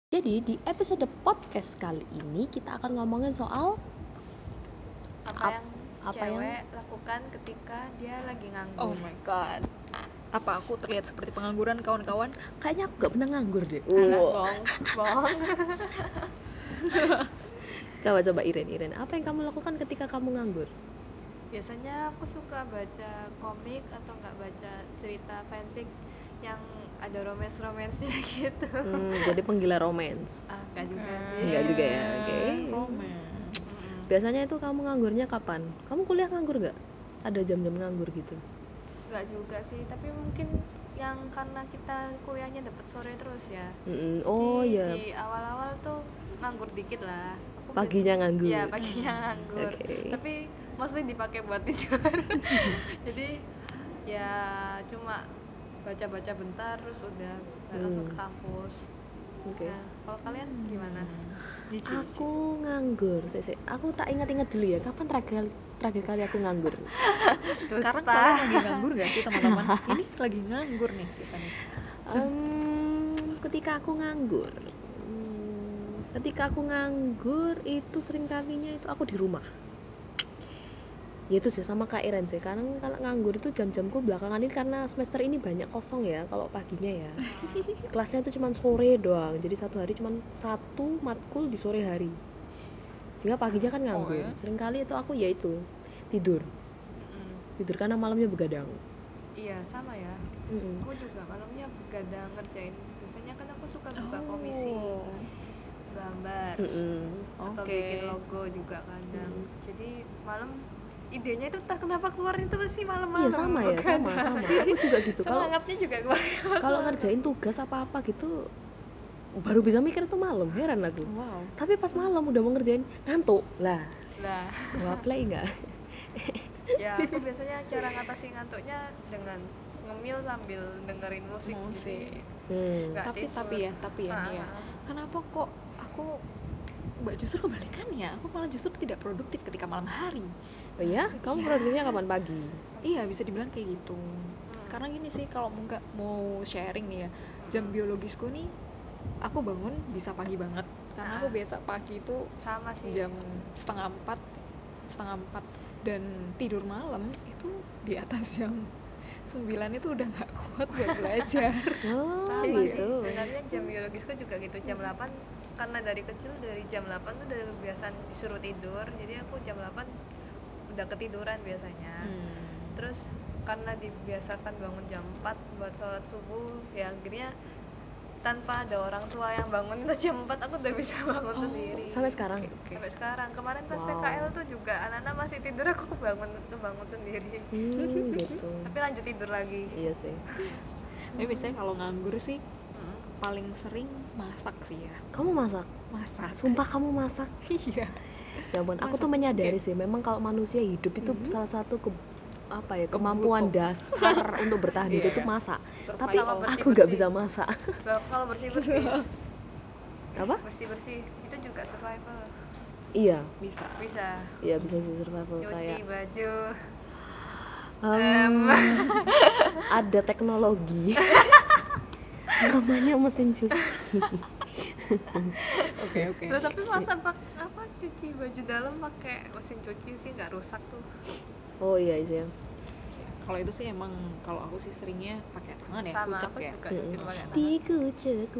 Jadi di episode podcast kali ini kita akan ngomongin soal apa yang cewek lakukan ketika dia lagi nganggur. Oh my god. Apa aku terlihat seperti pengangguran kawan-kawan? kayaknya aku gak pernah nganggur deh. Bohong. Coba Iren, apa yang kamu lakukan ketika kamu nganggur? Biasanya aku suka baca komik atau nggak baca cerita fanfic yang ada romance-romansnya gitu. Jadi penggila romance. Enggak juga sih. Enggak juga ya, oke. Romance. Biasanya itu kamu nganggurnya kapan? Kamu kuliah nganggur gak? Ada jam-jam nganggur gitu? Enggak juga sih, tapi mungkin yang karena kita kuliahnya dapat sore terus ya. Oh Jadi ya, di awal-awal tuh nganggur dikit lah. paginya nganggur. Iya, paginya nganggur. Oke. Tapi mostly dipakai buat tidur. Jadi ya cuma baca-baca bentar terus udah langsung ke kampus. Oke. Nah, kalau kalian gimana? Aku nganggur, aku tak ingat-ingat dulu ya, kapan terakhir kali aku nganggur? Sekarang kalian lagi nganggur gak sih teman-teman? Ini lagi nganggur nih kita nih. Ketika aku nganggur itu sering kalinya itu aku di rumah. Ya itu sih sama Kak Iren sih. Karena kalau nganggur itu jam-jamku belakangan ini karena semester ini banyak kosong ya kalau paginya ya. Kelasnya itu cuma sore doang. Jadi satu hari cuma satu matkul di sore hari. Sehingga paginya kan nganggur. ya? Sering kali itu aku ya itu tidur. Tidur karena malamnya begadang. Iya, sama ya. Aku juga malamnya begadang ngerjain. Biasanya kan aku suka buka komisi gambar atau Oke. bikin logo juga kadang. Jadi malam idenya itu entah kenapa keluar itu pasti malam-malam. Iya sama ya, sama. Aku juga gitu. Semangatnya juga keluar. Kalau ngerjain tugas apa-apa gitu baru bisa mikir itu malam, heran aku. Wow. Tapi pas malam udah mau ngerjain ngantuk lah. Nah, Gua play nggak? ya aku biasanya cara ngatasin ngantuknya dengan ngemil sambil dengerin musik. Musik. Nggak Tapi tidur. ya nih ya. Kenapa kok aku justru kebalikannya? Aku malah justru tidak produktif ketika malam hari. Oh iya? Kamu produktifnya kapan pagi? Iya, bisa dibilang kayak gitu. Karena gini sih, kalau mau sharing nih ya, jam biologisku nih, aku bangun bisa pagi banget. Karena aku biasa pagi itu Sama sih. jam setengah empat, dan tidur malam itu di atas jam 9 itu udah nggak kuat buat belajar. Oh Sama gitu. sih. Sebenarnya jam biologisku juga gitu, jam 8 karena dari kecil dari jam 8 tuh udah kebiasaan disuruh tidur. Jadi aku jam 8 udah ketiduran biasanya. Terus karena dibiasakan bangun jam 4 buat sholat subuh, ya akhirnya tanpa ada orang tua yang bangun itu jam 4 aku udah bisa bangun sendiri. Sampai sekarang? Oke. Sampai sekarang. Kemarin pas Wow. PKL tuh juga anak-anak masih tidur, aku kebangun sendiri. Gitu. Tapi lanjut tidur lagi. Iya sih. Tapi biasanya kalau nganggur sih paling sering masak sih ya. Kamu masak? Masak. Sumpah kamu masak? Iya. Ya ampun, aku tuh menyadari sih memang kalau manusia hidup itu salah satu kemampuan dasar untuk bertahan hidup itu masak. Tapi Survival. aku nggak bisa masak. Kalau bersih Apa? bersih itu juga survival. Iya, Bisa. iya bisa sih survival Nyuci kayak baju. ada teknologi namanya mesin cuci. Oke. Loh, tapi masa apa cuci baju dalam pakai mesin cuci sih nggak rusak tuh? Oh iya sih. Kalau itu sih emang kalau aku sih seringnya pakai tangan ya, Sama kucek aku ya. juga cuci pakai tangan. Dikucek.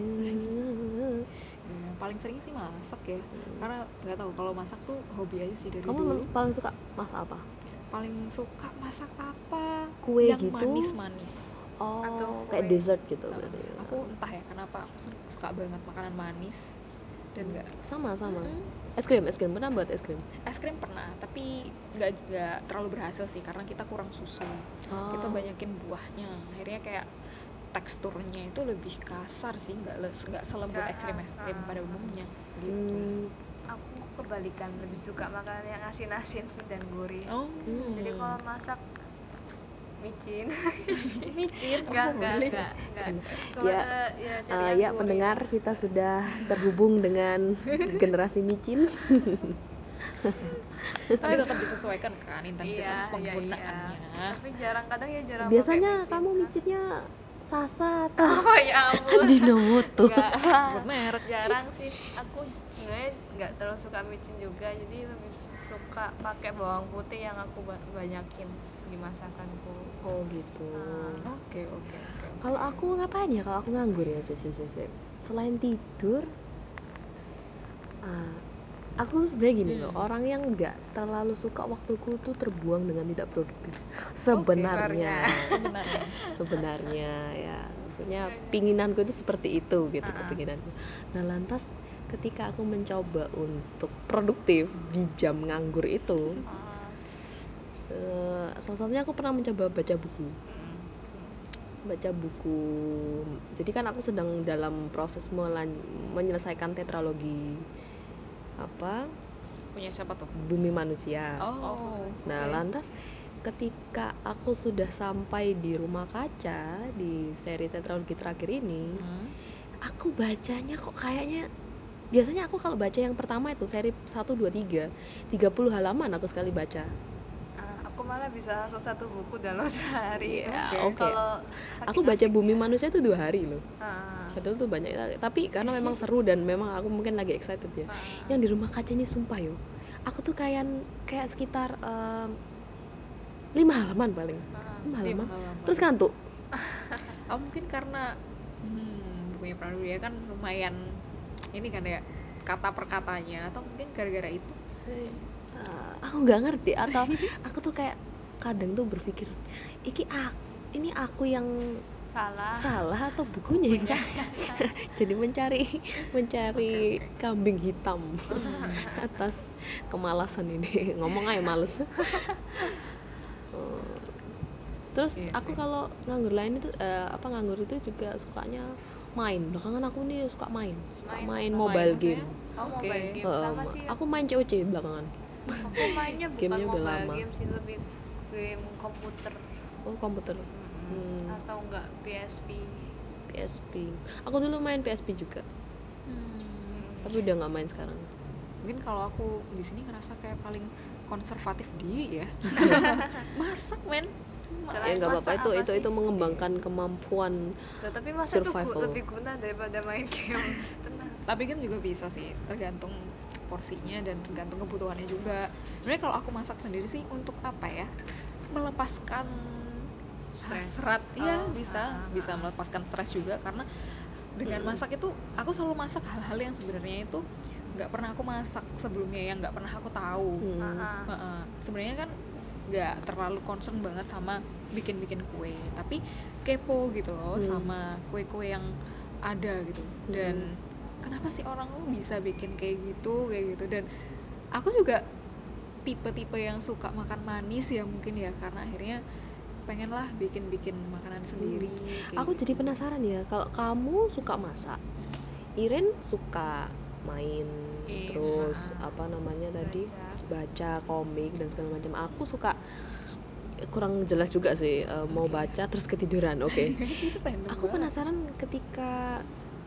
Paling sering sih masak ya. Karena nggak tahu, kalau masak tuh hobi aja sih dari Kamu dulu. paling suka masak apa? Paling suka masak apa? Kue yang gitu? manis-manis. Oh, Atau kayak kue. dessert gitu berarti. Aku entah ya kenapa aku suka banget makanan manis dan nggak. Sama. Es krim pernah buat es krim? Es krim pernah, tapi nggak terlalu berhasil sih karena kita kurang susu. Oh. Kita banyakin buahnya, akhirnya kayak teksturnya itu lebih kasar sih, nggak selembut es krim pada umumnya gitu. Aku kebalikan, lebih suka makanan yang asin-asin dan gurih. Oh, Jadi kalau masak micin. micin. Enggak. Ya pendengar, kita sudah terhubung dengan generasi micin. Tapi tetap disesuaikan kan intensitas Iya. penggunaannya. Tapi kadang jarang Biasanya pakai micin. kamu micinnya Sasa atau Oh ya ampun. Ajinomoto. Nggak, Sebut merek. jarang sih. Aku sebenarnya nggak terlalu suka micin juga, jadi lebih suka pakai bawang putih yang aku banyakin di masakanku. Oh gitu. Oke. Kalau aku ngapain ya kalau aku nganggur ya sih. Selain tidur, aku tuh sebenarnya gini loh, orang yang nggak terlalu suka waktuku tuh terbuang dengan tidak produktif. Sebenarnya ya, maksudnya pinginanku itu seperti itu gitu, kepinginanku. Nah lantas ketika aku mencoba untuk produktif di jam nganggur itu, salah satunya aku pernah mencoba baca buku. Jadi kan aku sedang dalam proses menyelesaikan tetralogi Punya siapa tuh? Bumi Manusia. Nah oke. lantas ketika aku sudah sampai di Rumah Kaca di seri tetralogi terakhir ini, aku bacanya kok kayaknya, biasanya aku kalau baca yang pertama itu seri 1, 2, 3 30 halaman aku sekali baca. Aku malah bisa langsung satu buku dalam sehari. Iya, oke. Kalau Aku baca Bumi Manusia itu 2 hari loh. Ah, Padahal tuh banyak, tapi karena memang seru dan memang aku mungkin lagi excited ya. Yang di Rumah Kaca ini sumpah yo, aku tuh kayak sekitar 5 halaman paling, 5 halaman. Terus ngantuk. Mungkin karena bukunya Praduria kan lumayan ini kan ya, kata per katanya, atau mungkin gara-gara itu. Aku nggak ngerti, atau aku tuh kayak kadang tuh berpikir ini aku yang salah atau bukunya yang salah. Jadi mencari kambing hitam atas kemalasan ini. Ngomong aja males. Terus Iya aku sih. kalau nganggur itu juga sukanya main. Belakangan aku nih suka main mobile game. Oke. mobile game sama sih. Aku main COC belakangan. Aku mainnya bukan Gamenya udah mobile lama. game sih, lebih game komputer. Oh komputer. Atau enggak PSP. Aku dulu main PSP juga, tapi udah nggak main sekarang. Mungkin kalau aku di sini ngerasa kayak paling konservatif diri ya. Masak men. Ya nggak apa-apa, itu mengembangkan kemampuan Loh, tapi masa itu survival. lebih guna daripada main game. Tenang. Tapi kan juga bisa sih, tergantung porsinya dan tergantung kebutuhannya juga. Sebenarnya kalau aku masak sendiri sih untuk apa ya, melepaskan hasrat ya, bisa melepaskan stres juga, karena dengan masak itu aku selalu masak hal-hal yang sebenarnya itu nggak pernah aku masak sebelumnya, yang nggak pernah aku tahu. Sebenarnya kan nggak terlalu concern banget sama bikin kue, tapi kepo gitu loh sama kue-kue yang ada gitu. Dan kenapa sih orang bisa bikin kayak gitu, dan aku juga tipe-tipe yang suka makan manis ya mungkin ya, karena akhirnya pengen lah bikin makanan sendiri. Aku jadi penasaran ya, kalau kamu suka masak, Iren suka main, terus baca komik dan segala macam. Aku suka, kurang jelas juga sih, mau baca terus ketiduran. Oke. Aku penasaran ketika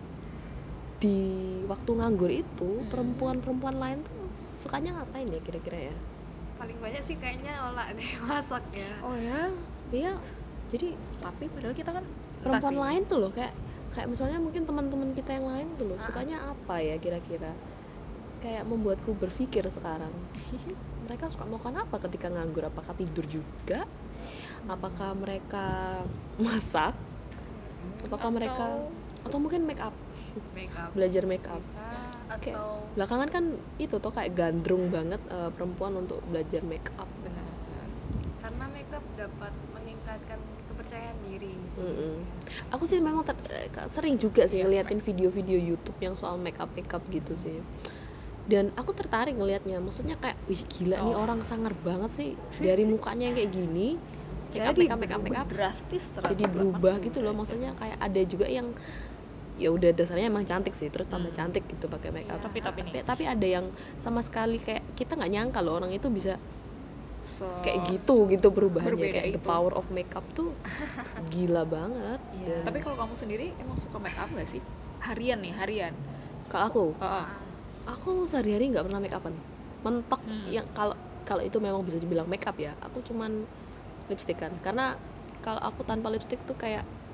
di waktu nganggur itu perempuan lain tuh sukanya ngapain ya kira-kira ya? Paling banyak sih kayaknya olah deh masak ya. Oh ya, iya. Jadi Tapi padahal kita kan perempuan lain tuh loh, kayak misalnya mungkin teman-teman kita yang lain tuh loh, sukanya apa ya kira-kira? Kayak membuatku berpikir sekarang. Mereka suka melakukan apa ketika nganggur? Apakah tidur juga? Apakah mereka masak? Apakah mereka atau mungkin make up? Belajar make up. Kayak Atau belakangan kan itu tuh kayak gandrung banget perempuan untuk belajar make up. benar. karena makeup dapat meningkatkan kepercayaan diri. Aku sih memang sering juga sih ngeliatin video-video YouTube yang soal make up gitu sih. Dan aku tertarik ngelihatnya, maksudnya kayak wih gila nih orang sangar banget sih, dari mukanya yang kayak gini make up drastis jadi berubah gitu loh. Maksudnya kayak ada juga yang ya udah dasarnya emang cantik sih, terus tambah cantik gitu pakai make up. Tapi ada yang sama sekali kayak kita nggak nyangka loh orang itu bisa kayak gitu perubahannya, berbeda kayak the itu. power of makeup tuh gila banget. Dan Tapi kalau kamu sendiri emang suka make up nggak sih? Harian. kalau aku sehari-hari nggak pernah make upan, mentok. Yang kalau itu memang bisa dibilang make up ya, aku cuman lipstikan, karena kalau aku tanpa lipstick tuh kayak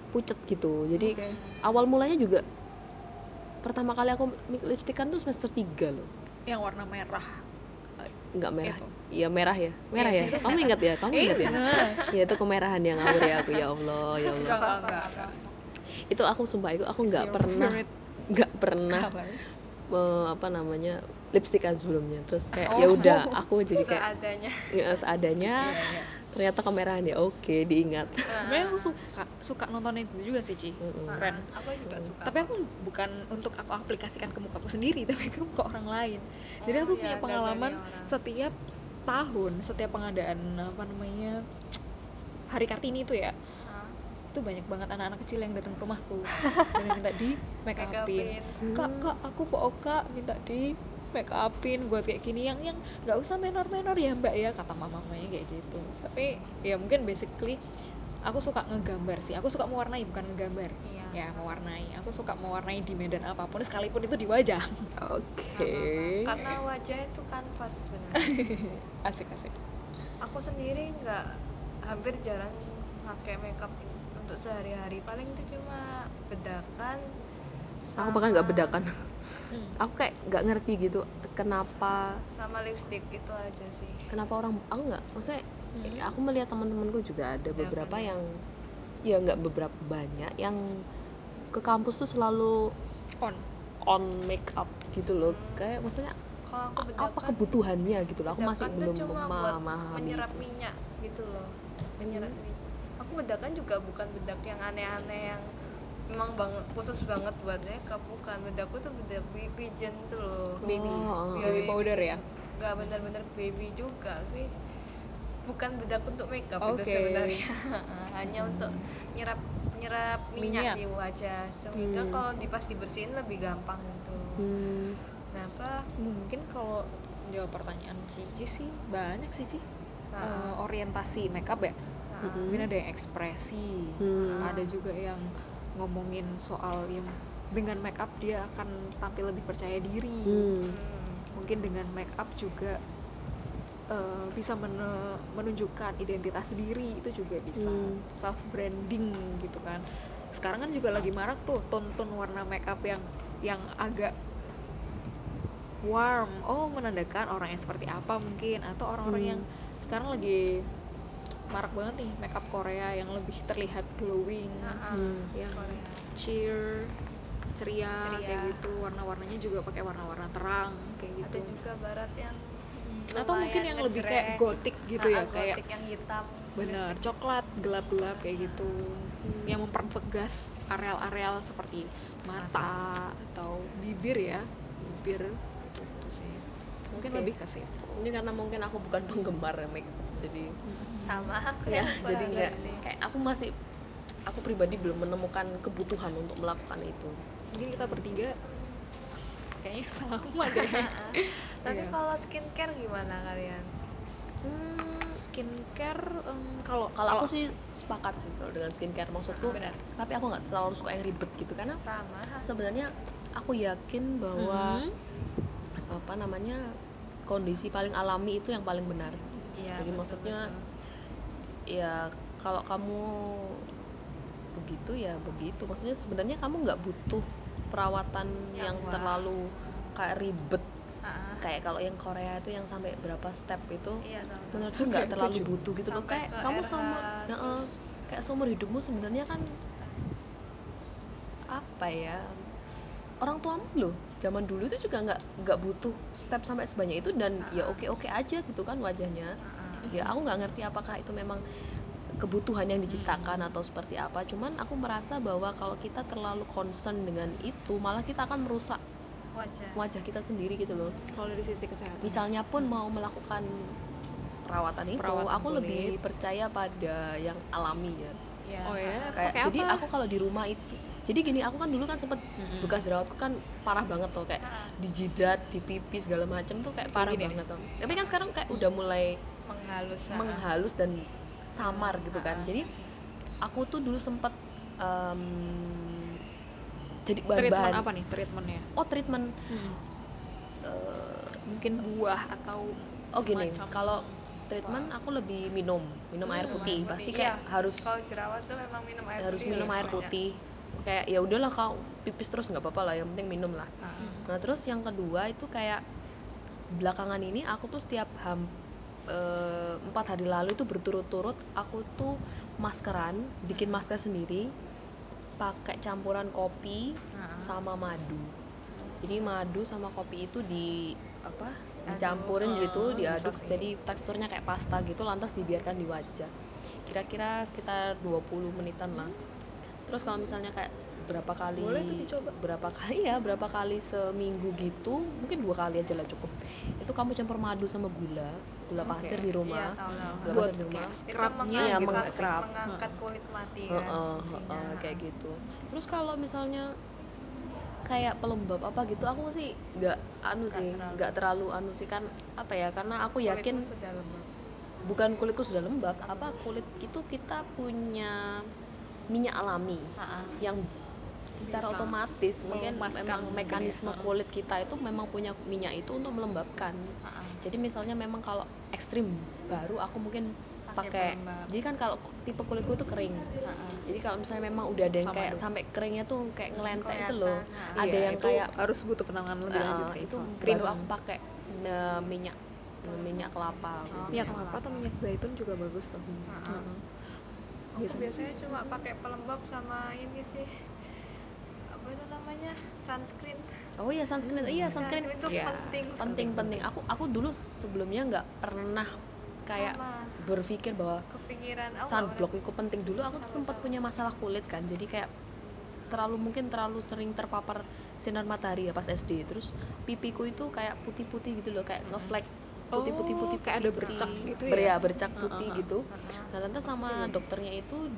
pucet gitu. Jadi Oke. awal mulanya juga pertama kali aku lipstikan tuh semester 3 loh. Yang warna merah. Enggak merah. Itu. Iya merah ya. Merah ya. Kamu ingat ya? Kamu ingat ya? Ya itu kemerahan yang ngawur ya aku, ya Allah, ya Allah. Enggak. Itu aku sumpah itu aku nggak Your pernah favorite nggak pernah colors. apa namanya lipstikan sebelumnya. Terus kayak ya udah aku jadi kayak seadanya. ya, seadanya. Iya. Ternyata kemerahan ya oke diingat. Sebenarnya aku suka nonton itu juga sih, Ci. Keren. Aku juga suka. Tapi aku bukan untuk aku aplikasikan ke mukaku sendiri, tapi ke muka orang lain. Jadi aku iya, punya dari pengalaman orang. setiap tahun, setiap pengadaan apa namanya Hari Kartini itu ya, Hah? itu banyak banget anak-anak kecil yang datang ke rumahku dan minta di make upin. Kak, aku kak minta di make upin buat kayak gini yang nggak usah menor ya mbak ya, kata mamanya kayak gitu. Tapi ya mungkin basically aku suka ngegambar sih, aku suka mewarnai bukan ngegambar. Iya. Ya mewarnai, aku suka mewarnai di medan apapun sekalipun itu di wajah. Oke. Karena wajah itu kanvas sebenarnya. Asik Aku sendiri hampir jarang pakai makeup untuk sehari-hari. Paling itu cuma bedakan. Aku bahkan nggak bedakan. Aku kayak nggak ngerti gitu kenapa Sama lipstick itu aja sih. kenapa orang aku nggak maksudnya aku melihat teman-temanku juga ada beberapa bener. yang ya nggak beberapa banyak yang ke kampus tuh selalu on make up gitu loh. Kayak maksudnya Kalau aku bedakan, apa kebutuhannya gitu loh. Aku masih bedakan tuh belum cuma buat memahami menyerap itu. minyak gitu loh. Menyerap minyak. Aku bedakan juga bukan bedak yang aneh-aneh yang memang khusus banget buat makeup, bukan. Bedakku tuh bedak pigeon tuh loh, baby. Baby powder ya. Enggak benar-benar baby juga, tapi bukan bedak untuk makeup itu Oke. sebenarnya. Hanya untuk nyerap minyak Minyak. di wajah. Sehingga kalau pas dibersihin lebih gampang gitu. Kenapa? Mungkin kalau jawab pertanyaan Cici sih banyak sih, Ci. Orientasi makeup ya. Mungkin ada yang ekspresi, ada juga yang ngomongin soal yang dengan makeup dia akan tampil lebih percaya diri. Mungkin dengan makeup juga bisa menunjukkan identitas diri, itu juga bisa self branding gitu kan. Sekarang kan juga lagi marak tuh tone warna makeup yang agak warm, menandakan orang yang seperti apa mungkin, atau orang-orang yang sekarang lagi marak banget nih makeup Korea yang lebih terlihat glowing, yang ceria kayak gitu, warna-warnanya juga pakai warna-warna terang kayak gitu. Ada juga barat yang Atau mungkin yang lebih kayak gothic gitu ya, kayak gothic yang hitam. bener coklat gelap-gelap kayak gitu, yang mempertegas areal-areal seperti mata atau bibir gitu sih. Mungkin Oke. lebih ke situ. Ini karena mungkin aku bukan penggemar make up jadi Sama aku ya yang jadi kurang nggak ngerti. kayak aku pribadi belum menemukan kebutuhan untuk melakukan itu. Mungkin kita bertiga kayaknya sama deh. Tapi Iya. kalau skincare gimana kalian? Skincare kalau Kalau aku sih sepakat sih kalau dengan skincare, maksudku Benar. tapi aku nggak terlalu suka yang ribet gitu karena Sama. sebenarnya aku yakin bahwa apa namanya kondisi paling alami itu yang paling benar. Iya, Jadi betul, maksudnya betul. ya kalau kamu begitu ya begitu, maksudnya sebenarnya kamu nggak butuh perawatan yang Yang wah. terlalu kayak ribet Ah, kayak kalau yang Korea itu yang sampai berapa step itu iya tahu. menurutku nggak Oke, terlalu 7. butuh gitu loh. Sampai Kayak ke kamu RH, sama kayak seumur hidupmu sebenarnya kan apa ya, orang tuamu loh zaman dulu itu juga nggak butuh step sampai sebanyak itu dan ya oke aja gitu kan wajahnya. Ya aku nggak ngerti apakah itu memang kebutuhan yang diciptakan atau seperti apa, cuman aku merasa bahwa kalau kita terlalu concern dengan itu malah kita akan merusak wajah kita sendiri gitu loh. kalau dari sisi kesehatan Misalnya pun mau melakukan perawatan itu, Perawatan aku kulit. lebih percaya pada yang alami ya. Iya. Oh ya, Kayak pakai jadi apa? aku kalau di rumah itu, jadi gini, aku kan dulu kan sempet bekas jerawatku kan parah banget tuh, kayak di jidat, di pipi segala macem tuh kayak parah gini. banget tuh. Tapi kan sekarang kayak udah mulai menghalus dan samar gitu kan. Jadi aku tuh dulu sempet jadi treatment bahan-bahan apa nih treatmentnya? treatment Mungkin buah atau gini, semacam kalau treatment aku lebih minum air putih. Pasti kayak Iya, harus kalau jerawat tuh memang minum air harus putih minum air semuanya. putih. Kayak ya udahlah kau pipis terus nggak apa-apa lah, yang penting minum lah. Nah terus yang kedua itu kayak belakangan ini aku tuh setiap 4 hari lalu itu berturut-turut aku tuh maskeran, bikin masker sendiri pakai campuran kopi sama madu. Jadi madu sama kopi itu dicampurin gitu, diaduk jadi teksturnya kayak pasta gitu, lantas dibiarkan di wajah. Kira-kira sekitar 20 menitan lah. Terus kalau misalnya kayak berapa kali berapa kali seminggu gitu, mungkin 2 kali aja lah cukup. Itu kamu campur madu sama gula pasir di rumah. Iya, tahu. Gula Buat pasir di rumah. kayak Itu scrubnya Iya, gitu. meng-scrub. mengangkat kulit mati kan. fungsinya. Kayak gitu. Terus kalau misalnya kayak pelembab apa gitu, aku sih nggak terlalu kan apa ya, karena aku yakin Kulitmu sudah lembab. bukan kulitku sudah lembab, kulit itu kita punya minyak alami yang secara Bisa otomatis mungkin melepaskan memang mungkin mekanisme ya. kulit kita itu memang punya minyak itu untuk melembabkan. Jadi misalnya memang kalau ekstrim baru aku mungkin pakai, pelembab. jadi kan kalau tipe kulitku itu kering, jadi kalau misalnya memang udah ada yang Sama kayak dong. sampai keringnya tuh kayak ngelentek itu Kelihatan. loh, ada Iya, yang itu kayak harus butuh penanganan lebih lanjut sih. itu Cream. baru aku pakai minyak kelapa. Minyak kelapa atau minyak zaitun juga bagus tuh. Aku biasanya cuma pakai pelembab sama ini sih, apa itu namanya, sunscreen. Oh iya sunscreen, sunscreen Itu Iya. penting. Aku dulu sebelumnya nggak pernah kayak Sama. berpikir bahwa Kepikiran aku sunblock itu penting. Dulu aku tuh sempat punya masalah kulit kan, jadi kayak terlalu sering terpapar sinar matahari ya pas SD. Terus pipiku itu kayak putih-putih gitu loh, kayak ngeflek putih-putih kayak ada bercak gitu ya? bercak putih gitu. Nah lantas sama dokternya itu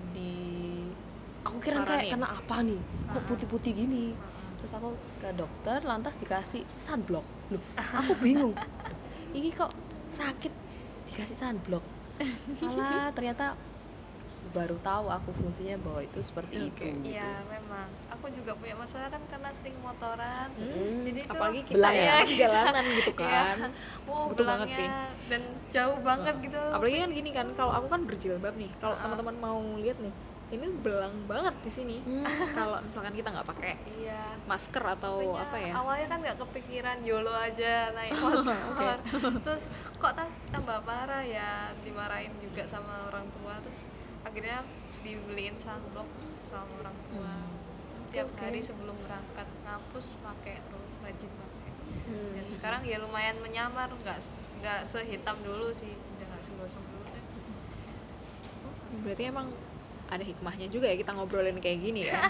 aku kira kayak Saranin. kena apa nih, kok putih-putih gini. Terus aku ke dokter, lantas dikasih sunblock. Loh, aku bingung, ini kok sakit dikasih sunblock. Malah ternyata baru tahu aku fungsinya bahwa itu seperti itu. Iya, memang. Aku juga punya masalah kan karena sering motoran. Hmm. Jadi itu Apalagi kita belang ya ya? di jalanan gitu Iya. kan. Butuh banget belangnya sih. dan jauh banget gitu. Apalagi kan gini kan, kalau aku kan berjilbab nih. Kalau teman-teman mau lihat nih, ini belang banget di sini. Kalau misalkan kita nggak pakai Iya. masker atau Pokoknya apa ya? awalnya kan nggak kepikiran YOLO aja naik motor. Terus kok tambah parah ya, dimarahin juga sama orang tua. Terus akhirnya dibeliin sunblock sama orang tua. Tiap hari sebelum berangkat ngampus pakai, terus rajin pakai. Dan sekarang ya lumayan menyamar, nggak sehitam dulu sih, udah nggak segosong dulu deh. Berarti emang ada hikmahnya juga ya kita ngobrolin kayak gini ya.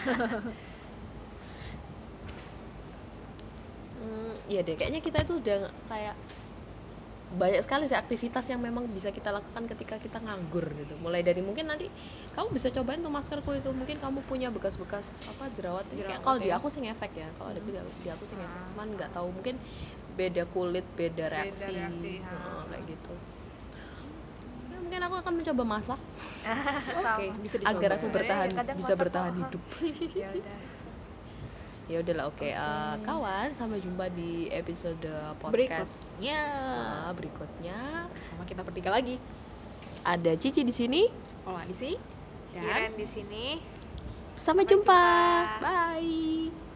Iya deh, kayaknya kita itu udah kayak banyak sekali sih aktivitas yang memang bisa kita lakukan ketika kita nganggur gitu. Mulai dari mungkin nanti kamu bisa cobain tuh maskerku itu, mungkin kamu punya bekas-bekas jerawat. Kayak kalau di aku sih ngefek ya, kalau di aku sih ngefek. Cuman nggak tahu, mungkin beda kulit, beda reaksi. Kayak gitu. Ya, mungkin aku akan mencoba masak Oke, bisa dicoba. agar aku Sebenarnya kadang bisa masak bertahan kok. hidup. Ya udah. Ya udahlah, oke. Kawan, sampai jumpa di episode podcast berikutnya. Sama kita bertiga lagi. Ada Cici di sini. Olah di sini. Dan Iren di sini. Sampai jumpa. Bye.